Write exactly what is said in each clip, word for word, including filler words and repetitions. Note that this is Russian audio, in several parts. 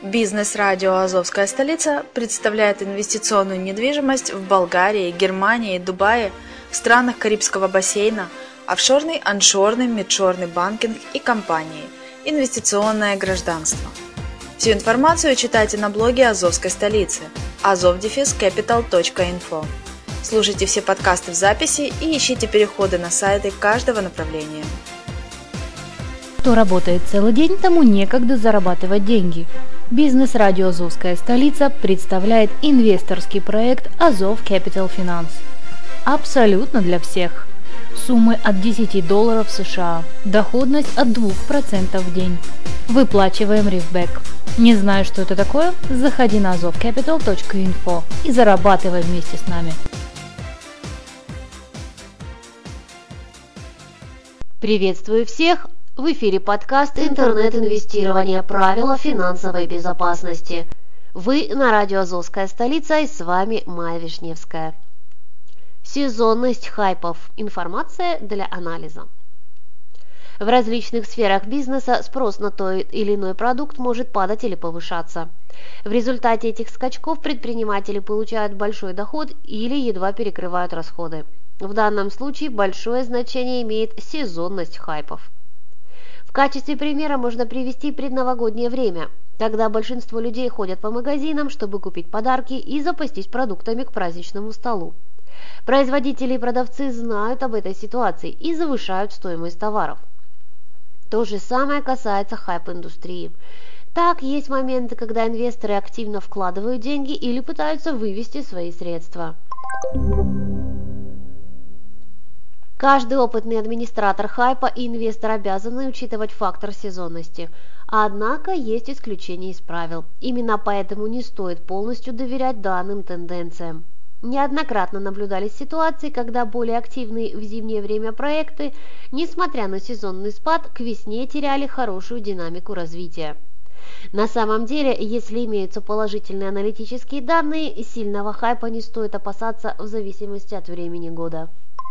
Бизнес-радио «Азовская столица» представляет инвестиционную недвижимость в Болгарии, Германии, Дубае, в странах Карибского бассейна, офшорный, аншорный, мидшорный банкинг и компании, инвестиционное гражданство. Всю информацию читайте на блоге «Азовской столицы» азов дефис капитал точка инфо. Слушайте все подкасты в записи и ищите переходы на сайты каждого направления. Кто работает целый день, тому некогда зарабатывать деньги. Бизнес-радио «Азовская столица» представляет инвесторский проект Azov Capital Finance. Абсолютно для всех. Суммы от десяти долларов США. Доходность от двух процентов в день. Выплачиваем рифбэк. Не знаешь, что это такое? Заходи на азов капитал точка инфо и зарабатывай вместе с нами. Приветствую всех! В эфире подкаст «Интернет-инвестирование. Правила финансовой безопасности». Вы на радио «Азовская столица» и с вами Майя Вишневская. Сезонность хайпов. Информация для анализа. В различных сферах бизнеса спрос на той или иной продукт может падать или повышаться. В результате этих скачков предприниматели получают большой доход или едва перекрывают расходы. В данном случае большое значение имеет сезонность хайпов. В качестве примера можно привести предновогоднее время, когда большинство людей ходят по магазинам, чтобы купить подарки и запастись продуктами к праздничному столу. Производители и продавцы знают об этой ситуации и завышают стоимость товаров. То же самое касается хайп-индустрии. Так, есть моменты, когда инвесторы активно вкладывают деньги или пытаются вывести свои средства. Каждый опытный администратор хайпа и инвестор обязаны учитывать фактор сезонности. Однако есть исключения из правил. Именно поэтому не стоит полностью доверять данным тенденциям. Неоднократно наблюдались ситуации, когда более активные в зимнее время проекты, несмотря на сезонный спад, к весне теряли хорошую динамику развития. На самом деле, если имеются положительные аналитические данные, сильного хайпа не стоит опасаться в зависимости от времени года.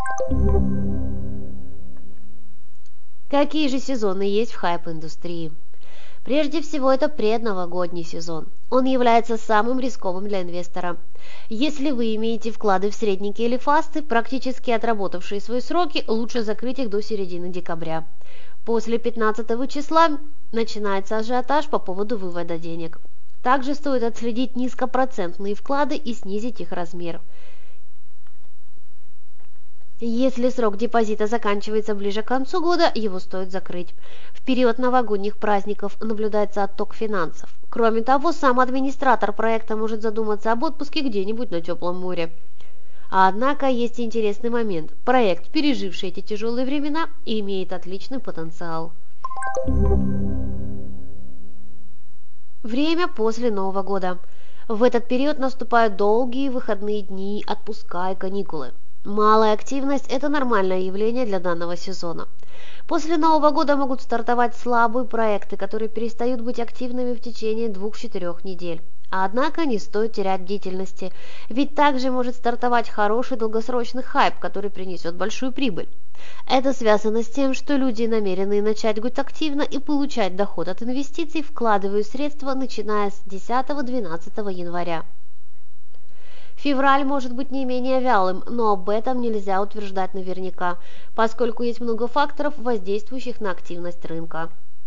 Какие же сезоны есть в хайп-индустрии? Прежде всего, это предновогодний сезон. Он является самым рисковым для инвестора. Если вы имеете вклады в средники или фасты, практически отработавшие свои сроки, лучше закрыть их до середины декабря. После пятнадцатого числа начинается ажиотаж по поводу вывода денег. Также стоит отследить низкопроцентные вклады и снизить их размер. Если срок депозита заканчивается ближе к концу года, его стоит закрыть. В период новогодних праздников наблюдается отток финансов. Кроме того, сам администратор проекта может задуматься об отпуске где-нибудь на теплом море. Однако есть интересный момент. Проект, переживший эти тяжелые времена, имеет отличный потенциал. Время после Нового года. В этот период наступают долгие выходные дни, отпуска и каникулы. Малая активность – это нормальное явление для данного сезона. После Нового года могут стартовать слабые проекты, которые перестают быть активными в течение двух-четырех недель. Однако не стоит терять бдительности, ведь также может стартовать хороший долгосрочный хайп, который принесет большую прибыль. Это связано с тем, что люди, намеренные начать быть активно и получать доход от инвестиций, вкладывают средства, начиная с десятого-двенадцатого января. Февраль может быть не менее вялым, но об этом нельзя утверждать наверняка, поскольку есть много факторов, воздействующих на активность рынка.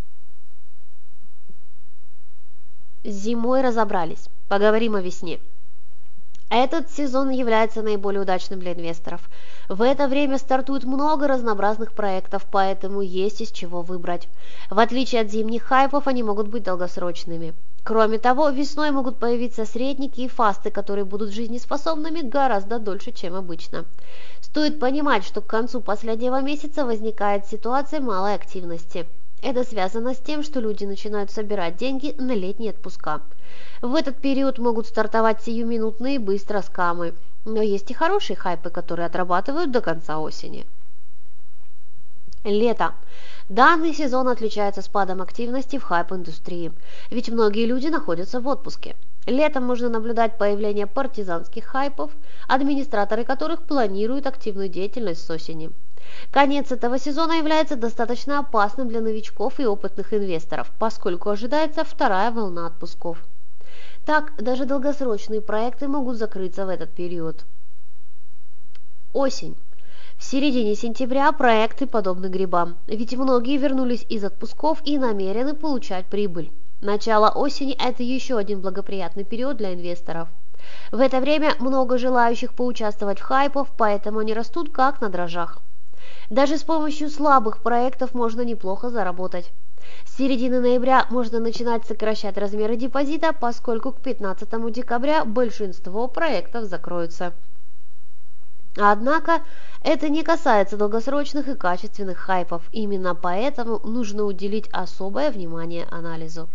С зимой разобрались. Поговорим о весне. Этот сезон является наиболее удачным для инвесторов. В это время стартует много разнообразных проектов, поэтому есть из чего выбрать. В отличие от зимних хайпов, они могут быть долгосрочными. Кроме того, весной могут появиться средники и фасты, которые будут жизнеспособными гораздо дольше, чем обычно. Стоит понимать, что к концу последнего месяца возникает ситуация малой активности. Это связано с тем, что люди начинают собирать деньги на летние отпуска. В этот период могут стартовать сиюминутные быстро скамы, но есть и хорошие хайпы, которые отрабатывают до конца осени. Лето. Данный сезон отличается спадом активности в хайп-индустрии, ведь многие люди находятся в отпуске. Летом можно наблюдать появление партизанских хайпов, администраторы которых планируют активную деятельность с осени. Конец этого сезона является достаточно опасным для новичков и опытных инвесторов, поскольку ожидается вторая волна отпусков. Так, даже долгосрочные проекты могут закрыться в этот период. Осень. В середине сентября проекты подобны грибам, ведь многие вернулись из отпусков и намерены получать прибыль. Начало осени – это еще один благоприятный период для инвесторов. В это время много желающих поучаствовать в хайпах, поэтому они растут как на дрожжах. Даже с помощью слабых проектов можно неплохо заработать. С середины ноября можно начинать сокращать размеры депозита, поскольку к пятнадцатому декабря большинство проектов закроются. Однако это не касается долгосрочных и качественных хайпов, именно поэтому нужно уделить особое внимание анализу.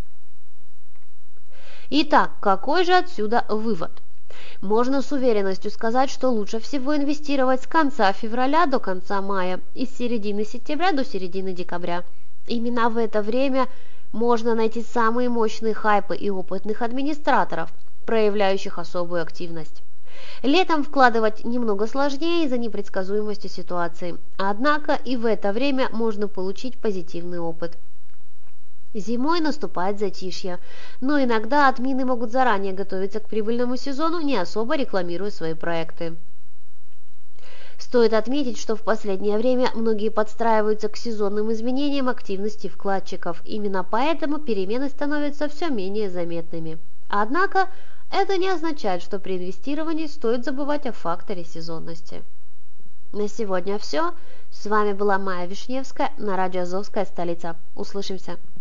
Итак, какой же отсюда вывод? Можно с уверенностью сказать, что лучше всего инвестировать с конца февраля до конца мая и с середины сентября до середины декабря. Именно в это время можно найти самые мощные хайпы и опытных администраторов, проявляющих особую активность. Летом вкладывать немного сложнее из-за непредсказуемости ситуации, однако и в это время можно получить позитивный опыт. Зимой наступает затишье, но иногда админы могут заранее готовиться к прибыльному сезону, не особо рекламируя свои проекты. Стоит отметить, что в последнее время многие подстраиваются к сезонным изменениям активности вкладчиков, именно поэтому перемены становятся все менее заметными. Однако это не означает, что при инвестировании стоит забывать о факторе сезонности. На сегодня все. С вами была Майя Вишневская на радио «Азовская столица». Услышимся!